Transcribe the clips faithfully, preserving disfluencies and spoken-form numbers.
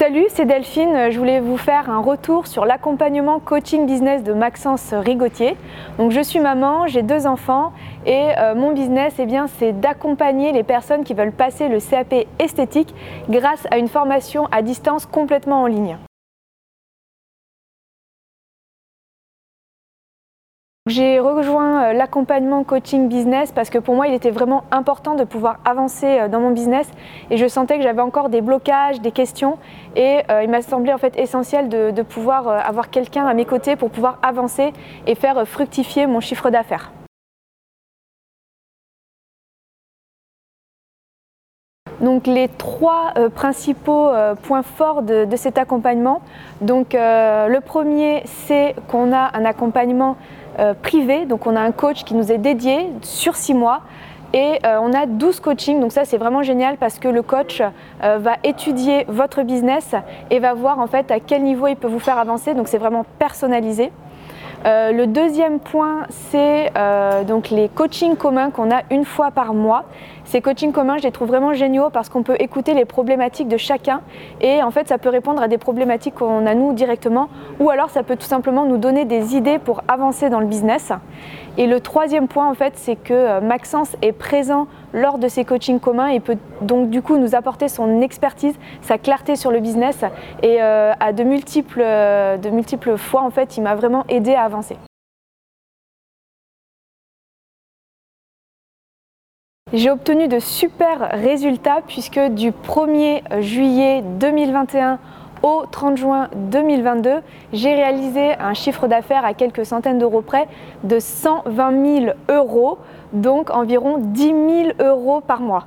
Salut, c'est Delphine. Je voulais vous faire un retour sur l'accompagnement coaching business de Maxence Rigotier. Donc, je suis maman, j'ai deux enfants et euh, mon business, eh bien, c'est d'accompagner les personnes qui veulent passer le C A P esthétique grâce à une formation à distance complètement en ligne. J'ai rejoint l'accompagnement coaching business parce que pour moi il était vraiment important de pouvoir avancer dans mon business et je sentais que j'avais encore des blocages, des questions et euh, il m'a semblé en fait essentiel de, de pouvoir avoir quelqu'un à mes côtés pour pouvoir avancer et faire fructifier mon chiffre d'affaires. Donc les trois euh, principaux euh, points forts de, de cet accompagnement. Donc euh, le premier, c'est qu'on a un accompagnement euh, privé, donc on a un coach qui nous est dédié sur six mois et euh, on a douze coachings, donc ça c'est vraiment génial parce que le coach euh, va étudier votre business et va voir en fait à quel niveau il peut vous faire avancer, donc c'est vraiment personnalisé. Euh, le deuxième point, c'est euh, donc les coachings communs qu'on a une fois par mois. Ces coachings communs, je les trouve vraiment géniaux parce qu'on peut écouter les problématiques de chacun et en fait, ça peut répondre à des problématiques qu'on a nous directement ou alors ça peut tout simplement nous donner des idées pour avancer dans le business. Et le troisième point, en fait, c'est que Maxence est présent lors de ces coachings communs et peut donc du coup nous apporter son expertise, sa clarté sur le business et euh, à de multiples, euh, de multiples fois, en fait, il m'a vraiment aidé à avancer. J'ai obtenu de super résultats puisque du premier juillet deux mille vingt et un au trente juin deux mille vingt-deux, j'ai réalisé un chiffre d'affaires à quelques centaines d'euros près de cent vingt mille euros, donc environ dix mille euros par mois.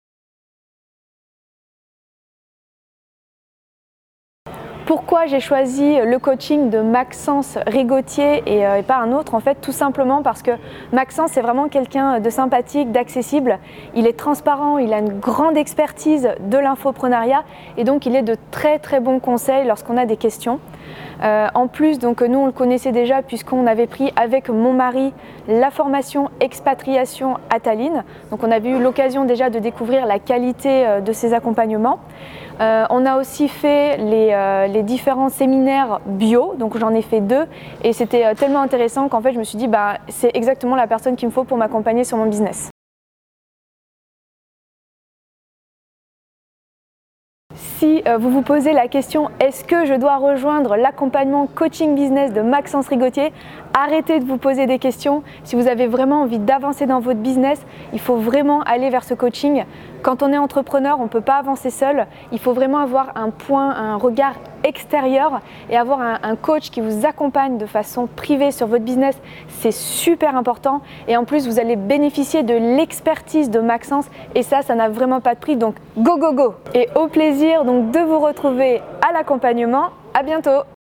Pourquoi j'ai choisi le coaching de Maxence Rigotier et, euh, et pas un autre? En fait, tout simplement parce que Maxence est vraiment quelqu'un de sympathique, d'accessible. Il est transparent, il a une grande expertise de l'infoprenariat et donc il est de très très bons conseils lorsqu'on a des questions. Euh, en plus, donc nous on le connaissait déjà puisqu'on avait pris avec mon mari la formation expatriation à Tallinn. Donc on avait eu l'occasion déjà de découvrir la qualité de ses accompagnements. Euh, on a aussi fait les, euh, les différents séminaires bio, donc j'en ai fait deux et c'était euh, tellement intéressant qu'en fait je me suis dit bah, c'est exactement la personne qu'il me faut pour m'accompagner sur mon business. Si euh, vous vous posez la question est-ce que je dois rejoindre l'accompagnement coaching business de Maxence Rigotier, arrêtez de vous poser des questions. Si vous avez vraiment envie d'avancer dans votre business, il faut vraiment aller vers ce coaching. Quand on est entrepreneur, on ne peut pas avancer seul. Il faut vraiment avoir un point, un regard extérieur et avoir un, un coach qui vous accompagne de façon privée sur votre business. C'est super important et en plus, vous allez bénéficier de l'expertise de Maxence et ça, ça n'a vraiment pas de prix. Donc, go, go, go! Et au plaisir donc, de vous retrouver à l'accompagnement. À bientôt!